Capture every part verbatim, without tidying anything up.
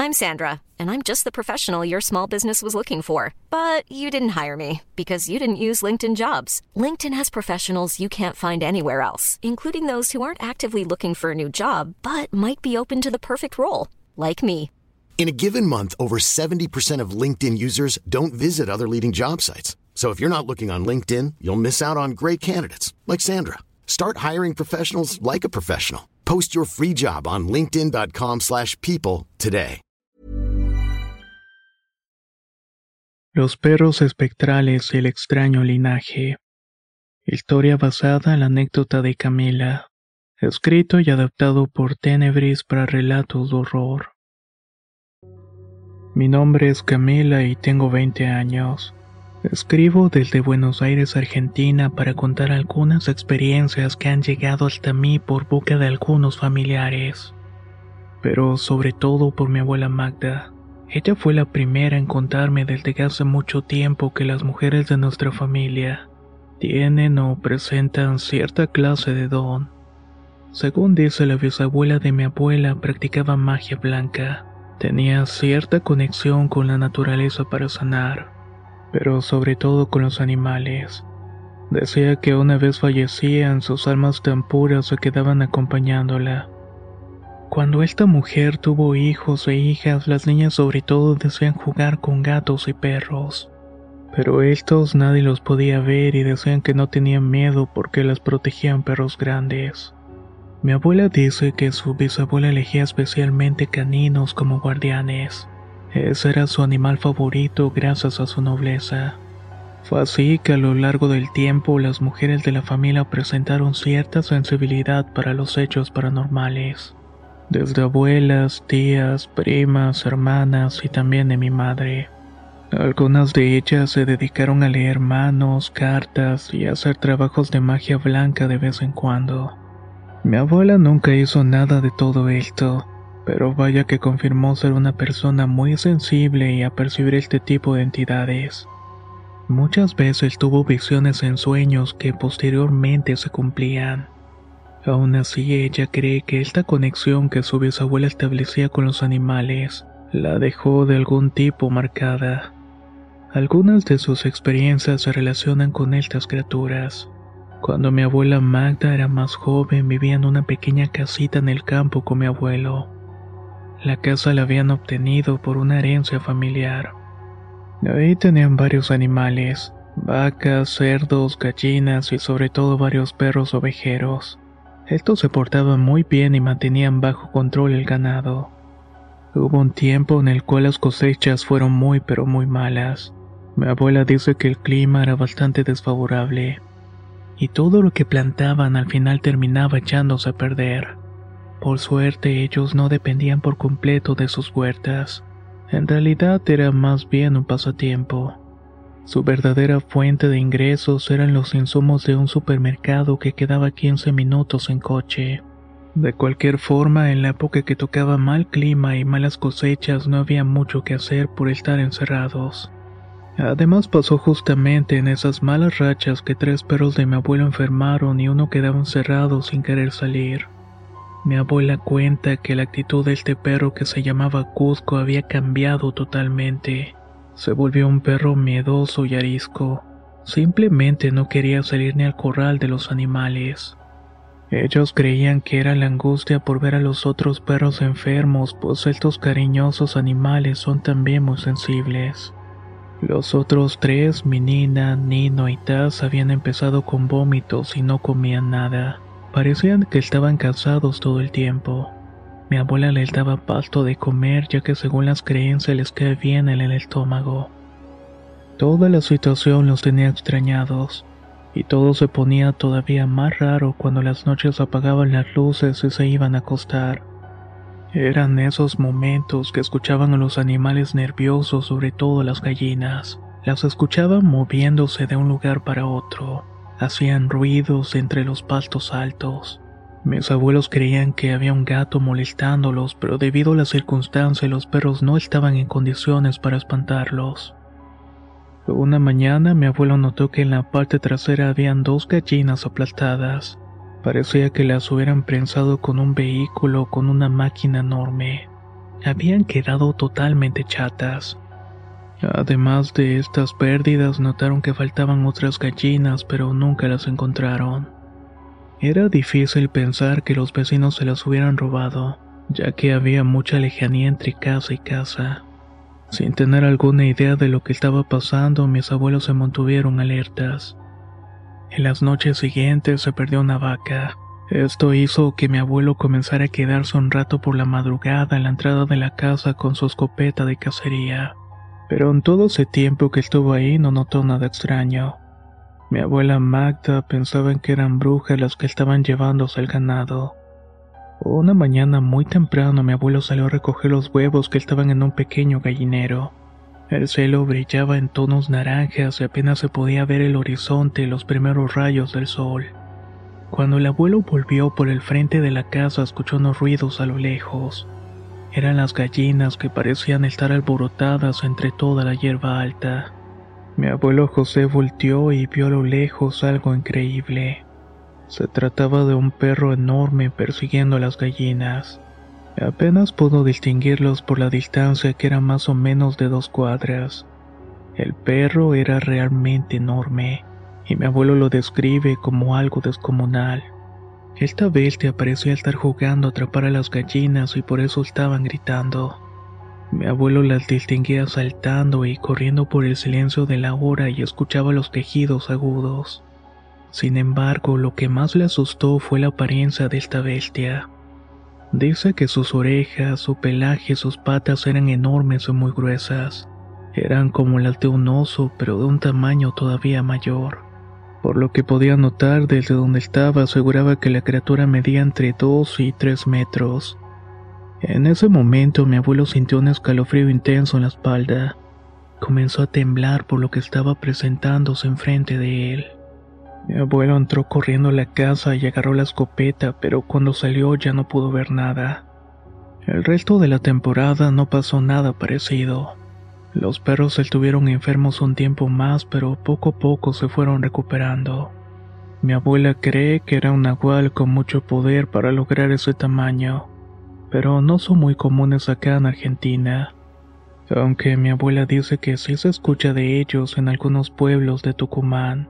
I'm Sandra, and I'm just the professional your small business was looking for. But you didn't hire me because you didn't use LinkedIn Jobs. LinkedIn has professionals you can't find anywhere else, including those who aren't actively looking for a new job, but might be open to the perfect role, like me. In a given month, over seventy percent of LinkedIn users don't visit other leading job sites. So if you're not looking on LinkedIn, you'll miss out on great candidates like Sandra. Start hiring professionals like a professional. Post your free job on linkedin dot com slash people today. Los perros espectrales y el extraño linaje. Historia basada en la anécdota de Camila. Escrito y adaptado por Tenebris para relatos de horror. Mi nombre es Camila y tengo veinte años. Escribo desde Buenos Aires, Argentina, para contar algunas experiencias que han llegado hasta mí por boca de algunos familiares. Pero sobre todo por mi abuela Magda. Ella fue la primera en contarme desde hace mucho tiempo que las mujeres de nuestra familia tienen o presentan cierta clase de don. Según dice la bisabuela de mi abuela, practicaba magia blanca. Tenía cierta conexión con la naturaleza para sanar, pero sobre todo con los animales. Decía que una vez fallecían, sus almas tan puras se quedaban acompañándola. Cuando esta mujer tuvo hijos e hijas, las niñas sobre todo desean jugar con gatos y perros. Pero estos nadie los podía ver y decían que no tenían miedo porque las protegían perros grandes. Mi abuela dice que su bisabuela elegía especialmente caninos como guardianes. Ese era su animal favorito gracias a su nobleza. Fue así que a lo largo del tiempo las mujeres de la familia presentaron cierta sensibilidad para los hechos paranormales. Desde abuelas, tías, primas, hermanas y también de mi madre. Algunas de ellas se dedicaron a leer manos, cartas y a hacer trabajos de magia blanca de vez en cuando. Mi abuela nunca hizo nada de todo esto, pero vaya que confirmó ser una persona muy sensible y a percibir este tipo de entidades. Muchas veces tuvo visiones en sueños que posteriormente se cumplían. Aún así, ella cree que esta conexión que su bisabuela establecía con los animales la dejó de algún tipo marcada. Algunas de sus experiencias se relacionan con estas criaturas. Cuando mi abuela Magda era más joven, vivía en una pequeña casita en el campo con mi abuelo. La casa la habían obtenido por una herencia familiar. Ahí tenían varios animales, vacas, cerdos, gallinas y sobre todo varios perros ovejeros. Estos se portaban muy bien y mantenían bajo control el ganado. Hubo un tiempo en el cual las cosechas fueron muy pero muy malas. Mi abuela dice que el clima era bastante desfavorable. Y todo lo que plantaban al final terminaba echándose a perder. Por suerte ellos no dependían por completo de sus huertas. En realidad era más bien un pasatiempo. Su verdadera fuente de ingresos eran los insumos de un supermercado que quedaba quince minutos en coche. De cualquier forma, en la época que tocaba mal clima y malas cosechas no había mucho que hacer por estar encerrados. Además pasó justamente en esas malas rachas que tres perros de mi abuelo enfermaron y uno quedaba encerrado sin querer salir. Mi abuela cuenta que la actitud de este perro que se llamaba Cusco había cambiado totalmente. Se volvió un perro miedoso y arisco. Simplemente no quería salir ni al corral de los animales. Ellos creían que era la angustia por ver a los otros perros enfermos, pues estos cariñosos animales son también muy sensibles. Los otros tres, mi Nina, Nino y Taz, habían empezado con vómitos y no comían nada. Parecían que estaban cansados todo el tiempo. Mi abuela les daba pasto de comer ya que según las creencias les cae bien en el estómago. Toda la situación los tenía extrañados, y todo se ponía todavía más raro cuando las noches apagaban las luces y se iban a acostar. Eran esos momentos que escuchaban a los animales nerviosos, sobre todo las gallinas. Las escuchaban moviéndose de un lugar para otro. Hacían ruidos entre los pastos altos. Mis abuelos creían que había un gato molestándolos, pero debido a las circunstancias los perros no estaban en condiciones para espantarlos. Una mañana mi abuelo notó que en la parte trasera habían dos gallinas aplastadas. Parecía que las hubieran prensado con un vehículo o con una máquina enorme. habían quedado totalmente chatas. Además de estas pérdidas, notaron que faltaban otras gallinas, pero nunca las encontraron. Era difícil pensar que los vecinos se las hubieran robado, ya que había mucha lejanía entre casa y casa. Sin tener alguna idea de lo que estaba pasando, mis abuelos se mantuvieron alertas. En las noches siguientes se perdió una vaca. Esto hizo que mi abuelo comenzara a quedarse un rato por la madrugada en la entrada de la casa con su escopeta de cacería. Pero en todo ese tiempo que estuvo ahí no notó nada extraño. Mi abuela Magda pensaba en que eran brujas las que estaban llevándose el ganado. Una mañana muy temprano mi abuelo salió a recoger los huevos que estaban en un pequeño gallinero. El cielo brillaba en tonos naranjas y apenas se podía ver el horizonte y los primeros rayos del sol. Cuando el abuelo volvió por el frente de la casa, escuchó unos ruidos a lo lejos. Eran las gallinas que parecían estar alborotadas entre toda la hierba alta. Mi abuelo José volteó y vio a lo lejos algo increíble. Se trataba de un perro enorme persiguiendo a las gallinas. Apenas pudo distinguirlos por la distancia, que era más o menos de dos cuadras. El perro era realmente enorme, y mi abuelo lo describe como algo descomunal. Esta bestia parecía estar jugando a atrapar a las gallinas y por eso estaban gritando. Mi abuelo las distinguía saltando y corriendo por el silencio de la hora y escuchaba los quejidos agudos. Sin embargo, lo que más le asustó fue la apariencia de esta bestia. Dice que sus orejas, su pelaje y sus patas eran enormes y muy gruesas. Eran como las de un oso, pero de un tamaño todavía mayor. Por lo que podía notar desde donde estaba, aseguraba que la criatura medía entre dos y tres metros. En ese momento mi abuelo sintió un escalofrío intenso en la espalda. Comenzó a temblar por lo que estaba presentándose enfrente de él. Mi abuelo entró corriendo a la casa y agarró la escopeta, pero cuando salió ya no pudo ver nada. El resto de la temporada no pasó nada parecido. Los perros estuvieron enfermos un tiempo más, pero poco a poco se fueron recuperando. Mi abuela cree que era un nahual con mucho poder para lograr ese tamaño, pero no son muy comunes acá en Argentina. Aunque mi abuela dice que sí se escucha de ellos en algunos pueblos de Tucumán.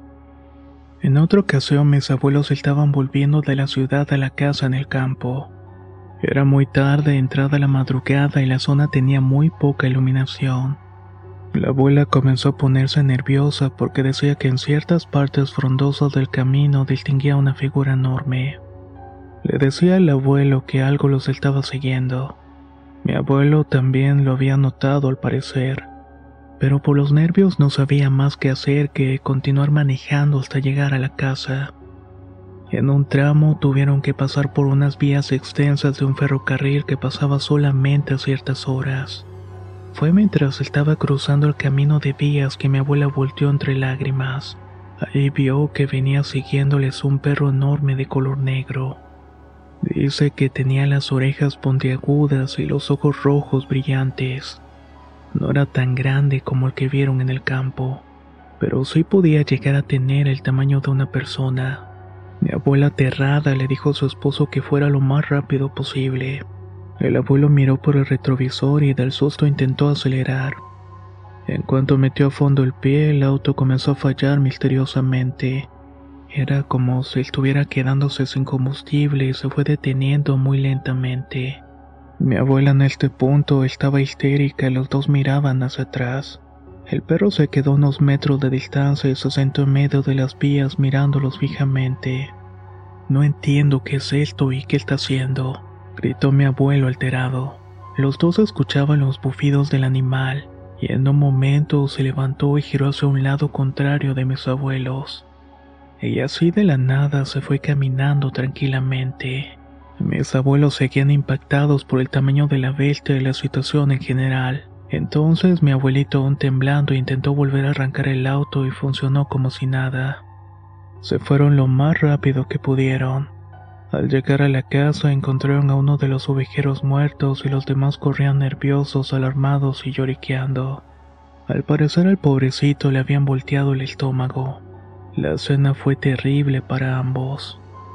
En otra ocasión mis abuelos estaban volviendo de la ciudad a la casa en el campo. Era muy tarde, entrada la madrugada, y la zona tenía muy poca iluminación. La abuela comenzó a ponerse nerviosa porque decía que en ciertas partes frondosas del camino distinguía una figura enorme. Le decía al abuelo que algo los estaba siguiendo. Mi abuelo también lo había notado al parecer, pero por los nervios no sabía más que hacer que continuar manejando hasta llegar a la casa. En un tramo tuvieron que pasar por unas vías extensas de un ferrocarril que pasaba solamente a ciertas horas. Fue mientras estaba cruzando el camino de vías que mi abuela volteó entre lágrimas. Ahí vio que venía siguiéndoles un perro enorme de color negro. Dice que tenía las orejas puntiagudas y los ojos rojos brillantes. No era tan grande como el que vieron en el campo, pero sí podía llegar a tener el tamaño de una persona. Mi abuela, aterrada, le dijo a su esposo que fuera lo más rápido posible. El abuelo miró por el retrovisor y del susto intentó acelerar. En cuanto metió a fondo el pie, el auto comenzó a fallar misteriosamente. Era como si estuviera quedándose sin combustible y se fue deteniendo muy lentamente. Mi abuela en este punto estaba histérica y los dos miraban hacia atrás. El perro se quedó a unos metros de distancia y se sentó en medio de las vías mirándolos fijamente. «No entiendo qué es esto y qué está haciendo», gritó mi abuelo alterado. Los dos escuchaban los bufidos del animal, y en un momento se levantó y giró hacia un lado contrario de mis abuelos. Y así de la nada se fue caminando tranquilamente. Mis abuelos seguían impactados por el tamaño de la bestia y la situación en general. Entonces mi abuelito, aún temblando, intentó volver a arrancar el auto y funcionó como si nada. Se fueron lo más rápido que pudieron. Al llegar a la casa encontraron a uno de los ovejeros muertos y los demás corrían nerviosos, alarmados y lloriqueando. Al parecer al pobrecito le habían volteado el estómago. La escena fue terrible para ambos.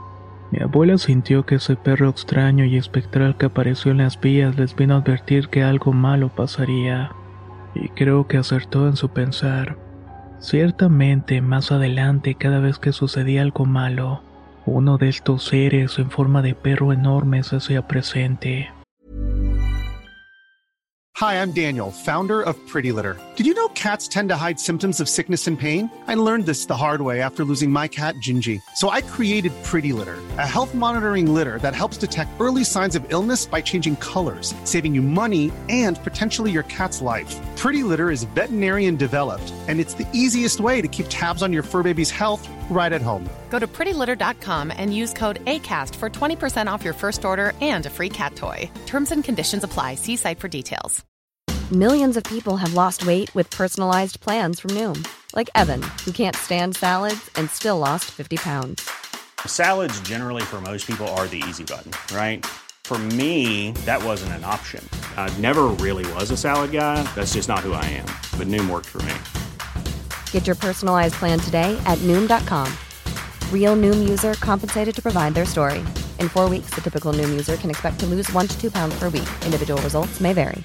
Mi abuela sintió que ese perro extraño y espectral que apareció en las vías les vino a advertir que algo malo pasaría. Y creo que acertó en su pensar. Ciertamente, más adelante, cada vez que sucedía algo malo, uno de estos seres en forma de perro enorme se hacía presente. Hi, I'm Daniel, founder of Pretty Litter. Did you know cats tend to hide symptoms of sickness and pain? I learned this the hard way after losing my cat, Gingy. So I created Pretty Litter, a health monitoring litter that helps detect early signs of illness by changing colors, saving you money and potentially your cat's life. Pretty Litter is veterinarian developed, and it's the easiest way to keep tabs on your fur baby's health right at home. Go to pretty litter dot com and use code ACAST for twenty percent off your first order and a free cat toy. Terms and conditions apply. See site for details. Millions of people have lost weight with personalized plans from Noom. Like Evan, who can't stand salads and still lost fifty pounds. Salads generally for most people are the easy button, right? For me, that wasn't an option. I never really was a salad guy. That's just not who I am. But Noom worked for me. Get your personalized plan today at Noom dot com. Real Noom user compensated to provide their story. In four weeks, the typical Noom user can expect to lose one to two pounds per week. Individual results may vary.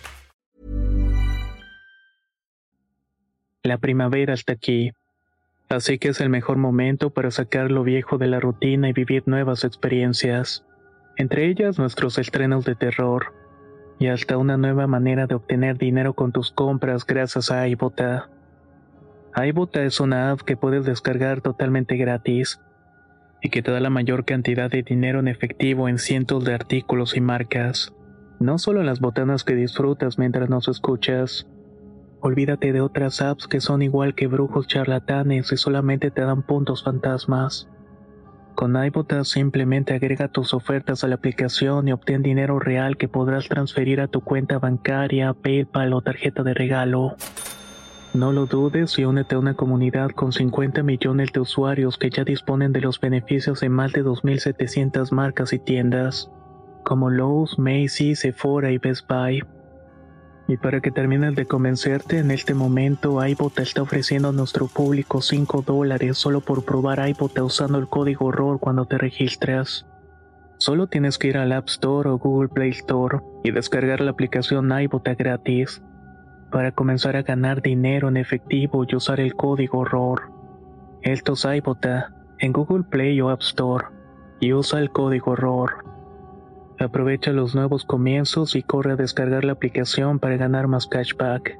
La primavera está aquí, así que es el mejor momento para sacar lo viejo de la rutina y vivir nuevas experiencias, entre ellas nuestros estrenos de terror, y hasta una nueva manera de obtener dinero con tus compras gracias a iBota. iBota es una app que puedes descargar totalmente gratis, y que te da la mayor cantidad de dinero en efectivo en cientos de artículos y marcas, no solo en las botanas que disfrutas mientras nos escuchas. Olvídate de otras apps que son igual que brujos charlatanes y solamente te dan puntos fantasmas. Con iBota simplemente agrega tus ofertas a la aplicación y obtén dinero real que podrás transferir a tu cuenta bancaria, PayPal o tarjeta de regalo. No lo dudes y únete a una comunidad con cincuenta millones de usuarios que ya disponen de los beneficios de más de dos mil setecientas marcas y tiendas, como Lowe's, Macy's, Sephora y Best Buy. Y para que termines de convencerte, en este momento iBota está ofreciendo a nuestro público cinco dólares solo por probar iBota usando el código horror cuando te registras. Solo tienes que ir al App Store o Google Play Store y descargar la aplicación iBota gratis para comenzar a ganar dinero en efectivo y usar el código horror. Esto es iBota en Google Play o App Store y usa el código horror. Aprovecha los nuevos comienzos y corre a descargar la aplicación para ganar más cashback.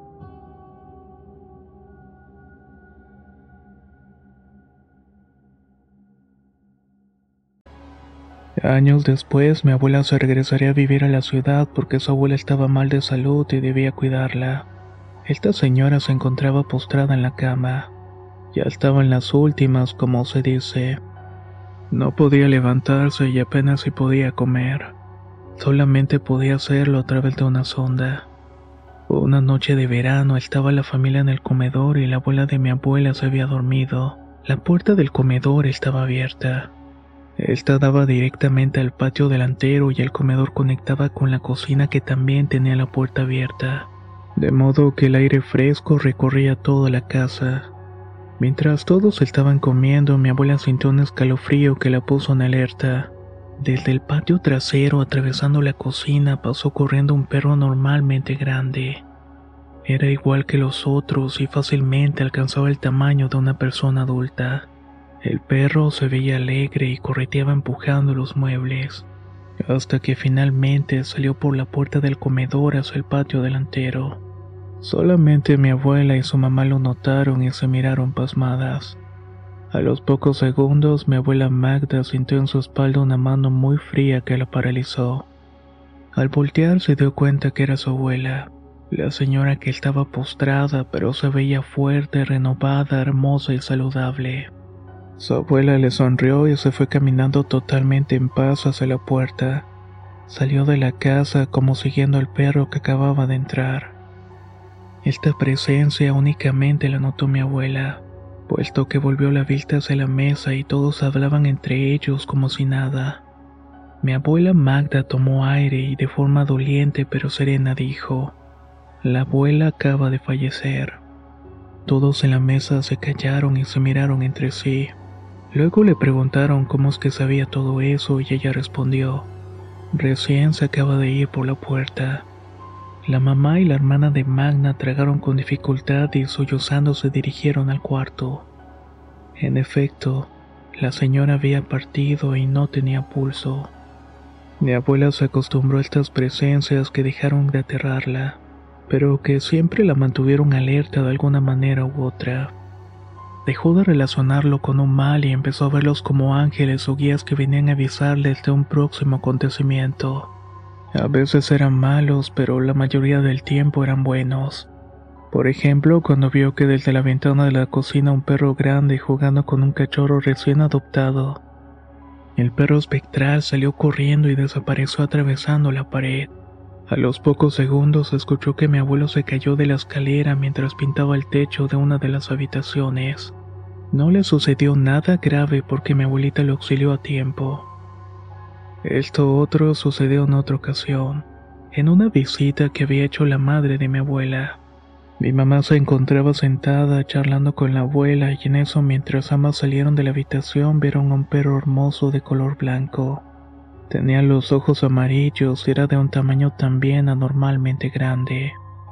Años después, mi abuela se regresaría a vivir a la ciudad porque su abuela estaba mal de salud y debía cuidarla. Esta señora se encontraba postrada en la cama. Ya estaba en las últimas, como se dice. No podía levantarse y apenas si podía comer. Solamente podía hacerlo a través de una sonda. Una noche de verano estaba la familia en el comedor y la abuela de mi abuela se había dormido. La puerta del comedor estaba abierta. Esta daba directamente al patio delantero y el comedor conectaba con la cocina que también tenía la puerta abierta, de modo que el aire fresco recorría toda la casa. Mientras todos estaban comiendo, mi abuela sintió un escalofrío que la puso en alerta. Desde el patio trasero, atravesando la cocina, pasó corriendo un perro normalmente grande. Era igual que los otros y fácilmente alcanzaba el tamaño de una persona adulta. El perro se veía alegre y correteaba empujando los muebles, hasta que finalmente salió por la puerta del comedor hacia el patio delantero. Solamente mi abuela y su mamá lo notaron y se miraron pasmadas. A los pocos segundos, mi abuela Magda sintió en su espalda una mano muy fría que la paralizó. Al voltear se dio cuenta que era su abuela, la señora que estaba postrada pero se veía fuerte, renovada, hermosa y saludable. Su abuela le sonrió y se fue caminando totalmente en paz hacia la puerta. Salió de la casa como siguiendo al perro que acababa de entrar. Esta presencia únicamente la notó mi abuela, puesto que volvió la vista hacia la mesa y todos hablaban entre ellos como si nada. Mi abuela Magda tomó aire y de forma doliente pero serena dijo: «La abuela acaba de fallecer». Todos en la mesa se callaron y se miraron entre sí. Luego le preguntaron cómo es que sabía todo eso y ella respondió, recién se acaba de ir por la puerta. La mamá y la hermana de Magna tragaron con dificultad y sollozando se dirigieron al cuarto. En efecto, la señora había partido y no tenía pulso. Mi abuela se acostumbró a estas presencias que dejaron de aterrarla, pero que siempre la mantuvieron alerta de alguna manera u otra. Dejó de relacionarlo con un mal y empezó a verlos como ángeles o guías que venían a avisarles de un próximo acontecimiento. A veces eran malos, pero la mayoría del tiempo eran buenos. Por ejemplo, cuando vio que desde la ventana de la cocina un perro grande jugando con un cachorro recién adoptado. El perro espectral salió corriendo y desapareció atravesando la pared. A los pocos segundos escuchó que mi abuelo se cayó de la escalera mientras pintaba el techo de una de las habitaciones. No le sucedió nada grave porque mi abuelita lo auxilió a tiempo. Esto otro sucedió en otra ocasión, en una visita que había hecho la madre de mi abuela. Mi mamá se encontraba sentada charlando con la abuela y en eso mientras ambas salieron de la habitación vieron a un perro hermoso de color blanco. Tenía los ojos amarillos y era de un tamaño también anormalmente grande.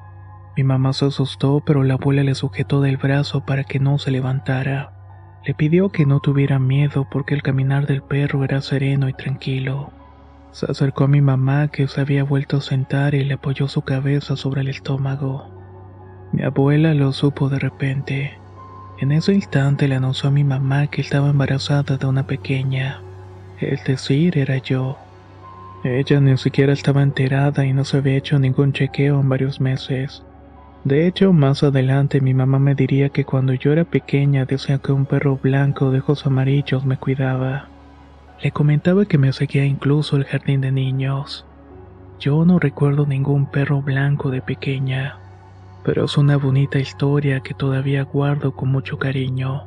Mi mamá se asustó, pero la abuela le sujetó del brazo para que no se levantara. Le pidió que no tuviera miedo porque el caminar del perro era sereno y tranquilo. Se acercó a mi mamá que se había vuelto a sentar y le apoyó su cabeza sobre el estómago. Mi abuela lo supo de repente. En ese instante le anunció a mi mamá que estaba embarazada de una pequeña. Es decir, era yo. Ella ni siquiera estaba enterada y no se había hecho ningún chequeo en varios meses. De hecho, más adelante mi mamá me diría que cuando yo era pequeña decía que un perro blanco de ojos amarillos me cuidaba. Le comentaba que me seguía incluso al jardín de niños. Yo no recuerdo ningún perro blanco de pequeña, pero es una bonita historia que todavía guardo con mucho cariño.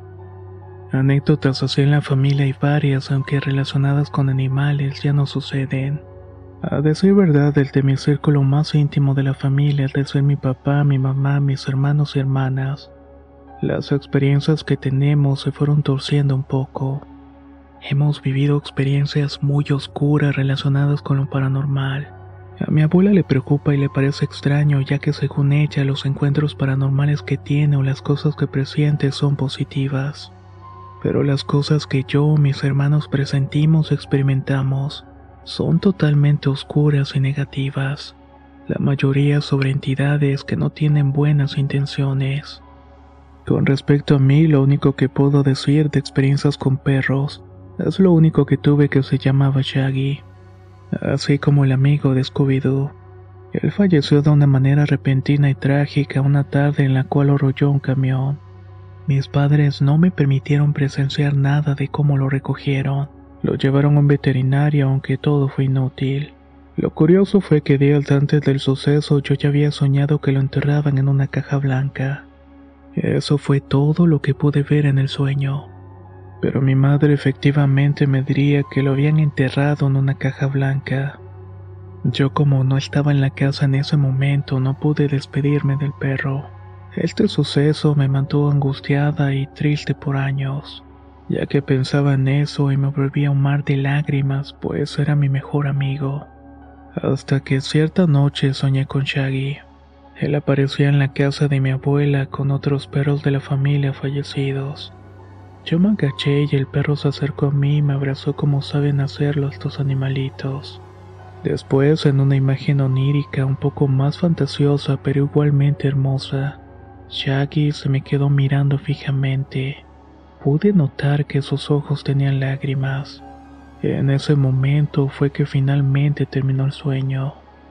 Anécdotas así en la familia hay varias, aunque relacionadas con animales ya no suceden. A decir verdad, el de mi círculo más íntimo de la familia, el de ser mi papá, mi mamá, mis hermanos y hermanas, las experiencias que tenemos se fueron torciendo un poco. Hemos vivido experiencias muy oscuras relacionadas con lo paranormal. A mi abuela le preocupa y le parece extraño, ya que según ella los encuentros paranormales que tiene o las cosas que presiente son positivas. Pero las cosas que yo, mis hermanos presentimos y experimentamos son totalmente oscuras y negativas, la mayoría sobre entidades que no tienen buenas intenciones. Con respecto a mí, lo único que puedo decir de experiencias con perros es lo único que tuve, que se llamaba Shaggy, así como el amigo de Scooby-Doo. Él falleció de una manera repentina y trágica una tarde en la cual lo arrolló un camión. Mis padres no me permitieron presenciar nada de cómo lo recogieron. Lo llevaron a un veterinario, aunque todo fue inútil. Lo curioso fue que días antes del suceso yo ya había soñado que lo enterraban en una caja blanca. Eso fue todo lo que pude ver en el sueño. Pero mi madre efectivamente me diría que lo habían enterrado en una caja blanca. Yo, como no estaba en la casa en ese momento, no pude despedirme del perro. Este suceso me mantuvo angustiada y triste por años, ya que pensaba en eso y me volvía un mar de lágrimas, pues era mi mejor amigo. Hasta que cierta noche soñé con Shaggy. Él aparecía en la casa de mi abuela con otros perros de la familia fallecidos. Yo me agaché y el perro se acercó a mí y me abrazó como saben hacerlo estos animalitos. Después, en una imagen onírica un poco más fantasiosa pero igualmente hermosa, Shaggy se me quedó mirando fijamente. Pude notar que sus ojos tenían lágrimas. En ese momento fue que finalmente terminó el sueño.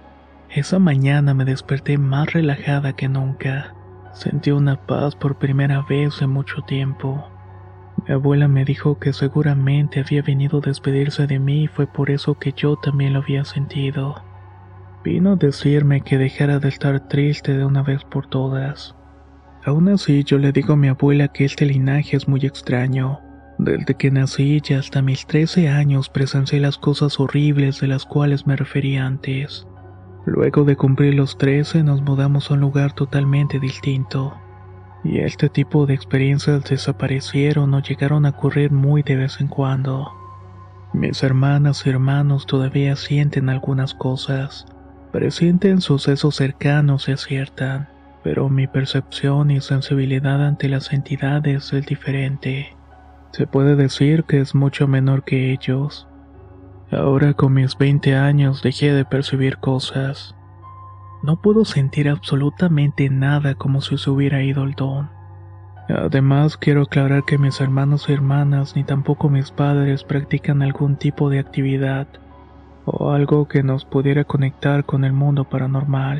Esa mañana me desperté más relajada que nunca. Sentí una paz por primera vez en mucho tiempo. Mi abuela me dijo que seguramente había venido a despedirse de mí y fue por eso que yo también lo había sentido. Vino a decirme que dejara de estar triste de una vez por todas. Aún así, yo le digo a mi abuela que este linaje es muy extraño. Desde que nací y hasta mis trece años presencié las cosas horribles de las cuales me refería antes. Luego de cumplir los trece, nos mudamos a un lugar totalmente distinto. Y este tipo de experiencias desaparecieron o llegaron a ocurrir muy de vez en cuando. Mis hermanas y hermanos todavía sienten algunas cosas, presienten sucesos cercanos y aciertan, pero mi percepción y sensibilidad ante las entidades es diferente. Se puede decir que es mucho menor que ellos. Ahora con mis veinte años dejé de percibir cosas. No puedo sentir absolutamente nada como si se hubiera ido el don. Además, quiero aclarar que mis hermanos y hermanas ni tampoco mis padres practican algún tipo de actividad o algo que nos pudiera conectar con el mundo paranormal.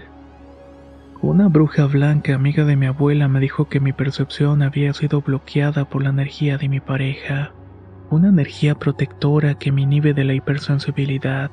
Una bruja blanca amiga de mi abuela me dijo que mi percepción había sido bloqueada por la energía de mi pareja, una energía protectora que me inhibe de la hipersensibilidad,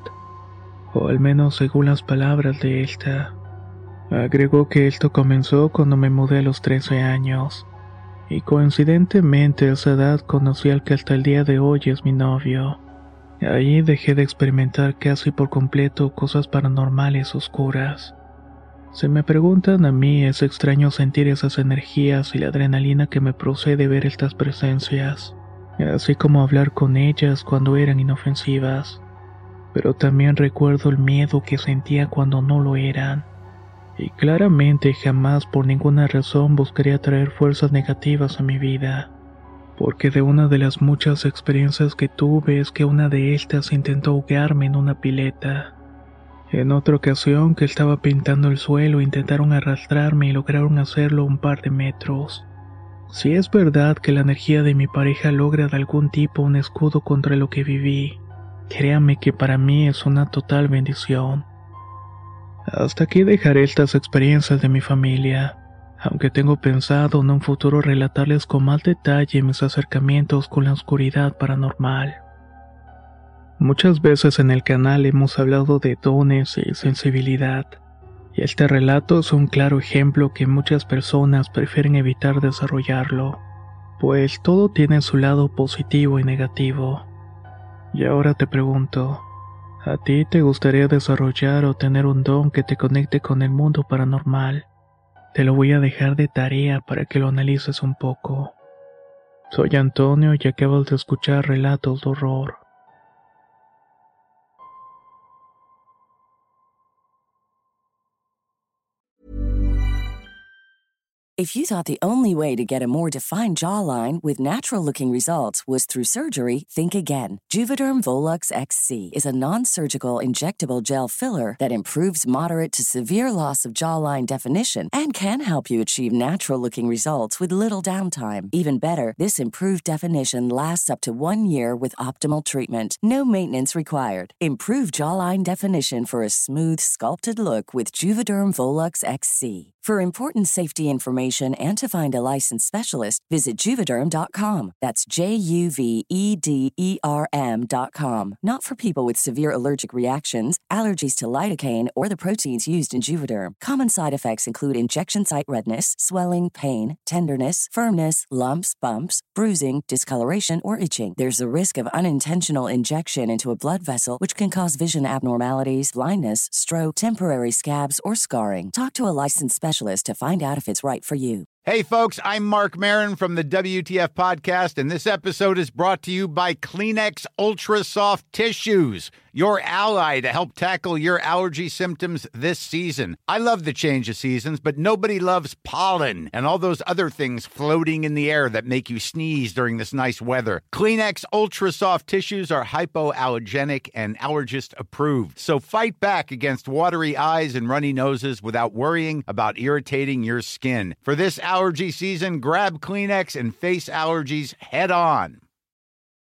o al menos según las palabras de esta. Agregó que esto comenzó cuando me mudé a los trece años, y coincidentemente a esa edad conocí al que hasta el día de hoy es mi novio. Ahí dejé de experimentar casi por completo cosas paranormales oscuras. Si me preguntan a mí, es extraño sentir esas energías y la adrenalina que me procede ver estas presencias, así como hablar con ellas cuando eran inofensivas. Pero también recuerdo el miedo que sentía cuando no lo eran. Y claramente jamás por ninguna razón buscaría traer fuerzas negativas a mi vida, porque de una de las muchas experiencias que tuve es que una de estas intentó ahogarme en una pileta. En otra ocasión que estaba pintando el suelo intentaron arrastrarme y lograron hacerlo un par de metros. Si es verdad que la energía de mi pareja logra de algún tipo un escudo contra lo que viví, créame que para mí es una total bendición. Hasta aquí dejaré estas experiencias de mi familia, aunque tengo pensado en un futuro relatarles con más detalle mis acercamientos con la oscuridad paranormal. Muchas veces en el canal hemos hablado de dones y sensibilidad, y este relato es un claro ejemplo que muchas personas prefieren evitar desarrollarlo, pues todo tiene su lado positivo y negativo. Y ahora te pregunto, ¿a ti te gustaría desarrollar o tener un don que te conecte con el mundo paranormal? Te lo voy a dejar de tarea para que lo analices un poco. Soy Antonio y acabas de escuchar Relatos de Horror. If you thought the only way to get a more defined jawline with natural-looking results was through surgery, think again. Juvederm Volux X C is a non-surgical injectable gel filler that improves moderate to severe loss of jawline definition and can help you achieve natural-looking results with little downtime. Even better, this improved definition lasts up to one year with optimal treatment. No maintenance required. Improve jawline definition for a smooth, sculpted look with Juvederm Volux X C. For important safety information and to find a licensed specialist, visit Juvederm dot com. That's J U V E D E R M dot com. Not for people with severe allergic reactions, allergies to lidocaine, or the proteins used in Juvederm. Common side effects include injection site redness, swelling, pain, tenderness, firmness, lumps, bumps, bruising, discoloration, or itching. There's a risk of unintentional injection into a blood vessel, which can cause vision abnormalities, blindness, stroke, temporary scabs, or scarring. Talk to a licensed specialist to find out if it's right for you. Hey, folks, I'm Mark Maron from the W T F Podcast, and this episode is brought to you by Kleenex Ultra Soft Tissues, your ally to help tackle your allergy symptoms this season. I love the change of seasons, but nobody loves pollen and all those other things floating in the air that make you sneeze during this nice weather. Kleenex Ultra Soft Tissues are hypoallergenic and allergist approved, so fight back against watery eyes and runny noses without worrying about irritating your skin. For this allergy season, grab Kleenex and face allergies head on.